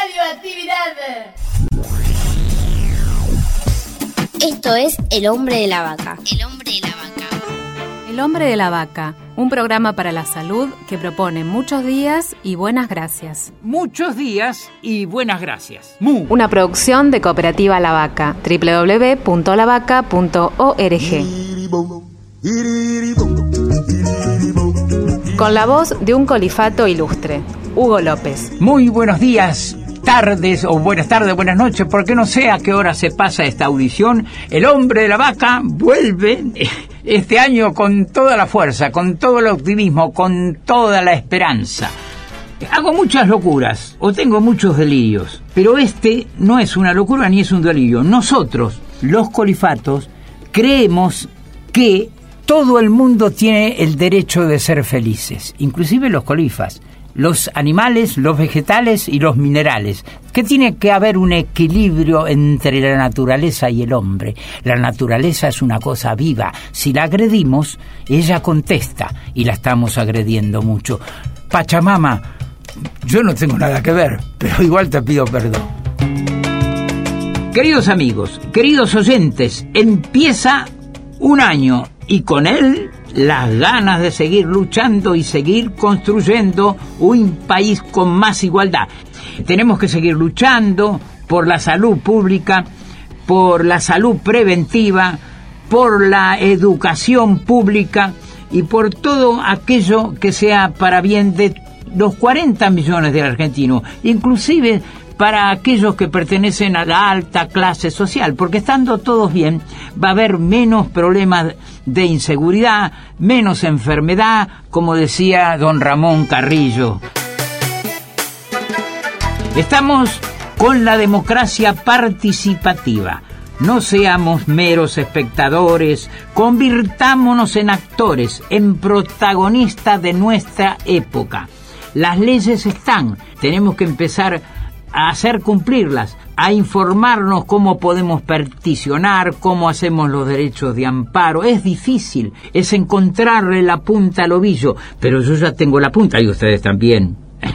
radioactividad. Esto es El Hombre de la Vaca. El Hombre de la Vaca. El Hombre de la Vaca, un programa para la salud que propone muchos días y buenas gracias. Muchos días y buenas gracias. Una producción de Cooperativa La Vaca, www.lavaca.org. Con la voz de un colifato ilustre, Hugo López. Muy buenos días, tardes o buenas tardes, buenas noches, porque no sé a qué hora se pasa esta audición. El Hombre de la Vaca vuelve este año con toda la fuerza, con todo el optimismo, con toda la esperanza. Hago muchas locuras o tengo muchos delirios, pero este no es una locura ni es un delirio. Nosotros, los colifatos, creemos que todo el mundo tiene el derecho de ser felices, inclusive los colifas, los animales, los vegetales y los minerales, que tiene que haber un equilibrio entre la naturaleza y el hombre. La naturaleza es una cosa viva, si la agredimos, ella contesta y la estamos agrediendo mucho. Pachamama, yo no tengo nada que ver, pero igual te pido perdón. Queridos amigos, queridos oyentes, empieza un año y con él las ganas de seguir luchando y seguir construyendo un país con más igualdad. Tenemos que seguir luchando por la salud pública, por la salud preventiva, por la educación pública y por todo aquello que sea para bien de los 40 millones de argentinos, inclusive para aquellos que pertenecen a la alta clase social, porque estando todos bien va a haber menos problemas de inseguridad, menos enfermedad, como decía don Ramón Carrillo. Estamos con la democracia participativa. No seamos meros espectadores, convirtámonos en actores, en protagonistas de nuestra época. Las leyes están, tenemos que empezar a hacer cumplirlas, a informarnos cómo podemos peticionar, cómo hacemos los derechos de amparo. Es difícil, es encontrarle la punta al ovillo, pero yo ya tengo la punta y ustedes también.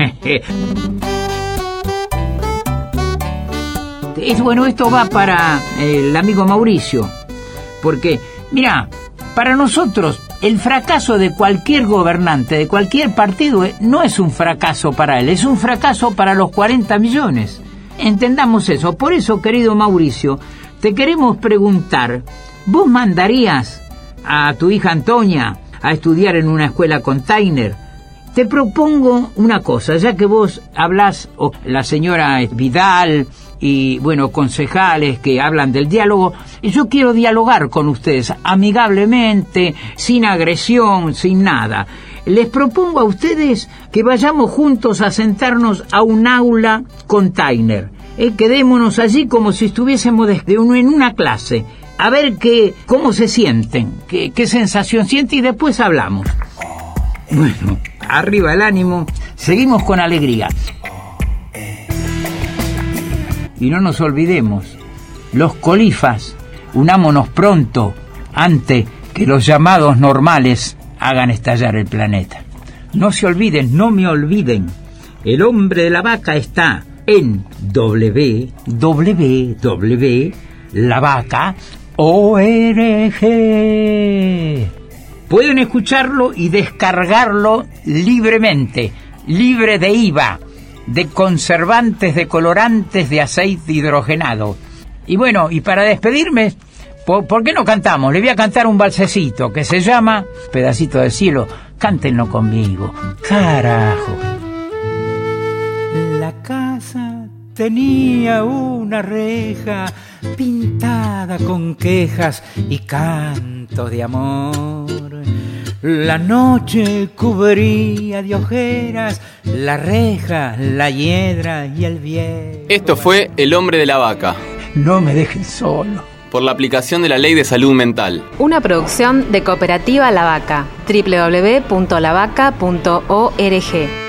Bueno, esto va para el amigo Mauricio, porque, mira, para nosotros el fracaso de cualquier gobernante, de cualquier partido, no es un fracaso para él, es un fracaso para los 40 millones. Entendamos eso. Por eso, querido Mauricio, te queremos preguntar, ¿vos mandarías a tu hija Antonia a estudiar en una escuela container? Te propongo una cosa, ya que vos hablás, o la señora Vidal y, bueno, concejales que hablan del diálogo, yo quiero dialogar con ustedes amigablemente, sin agresión, sin nada. Les propongo a ustedes que vayamos juntos a sentarnos a un aula container. Quedémonos allí como si estuviésemos en una clase, a ver cómo se sienten, qué sensación sienten y después hablamos. Bueno, arriba el ánimo, seguimos con alegría. Y no nos olvidemos, los colifas, unámonos pronto antes que los llamados normales hagan estallar el planeta. No se olviden, no me olviden, el Hombre de la Vaca está en www.lavaca.org. Pueden escucharlo y descargarlo libremente, libre de IVA, de conservantes, de colorantes, de aceite hidrogenado. Y bueno, y para despedirme, ¿por qué no cantamos? Le voy a cantar un valsecito que se llama Pedacito del Cielo. Cántenlo conmigo. Carajo. La casa tenía una reja pintada con quejas y cantos de amor. La noche cubría de ojeras la reja, la hiedra y el viejo. Esto fue El Hombre de la Vaca. No me dejen solo. Por la aplicación de la Ley de Salud Mental. Una producción de Cooperativa La Vaca, www.lavaca.org.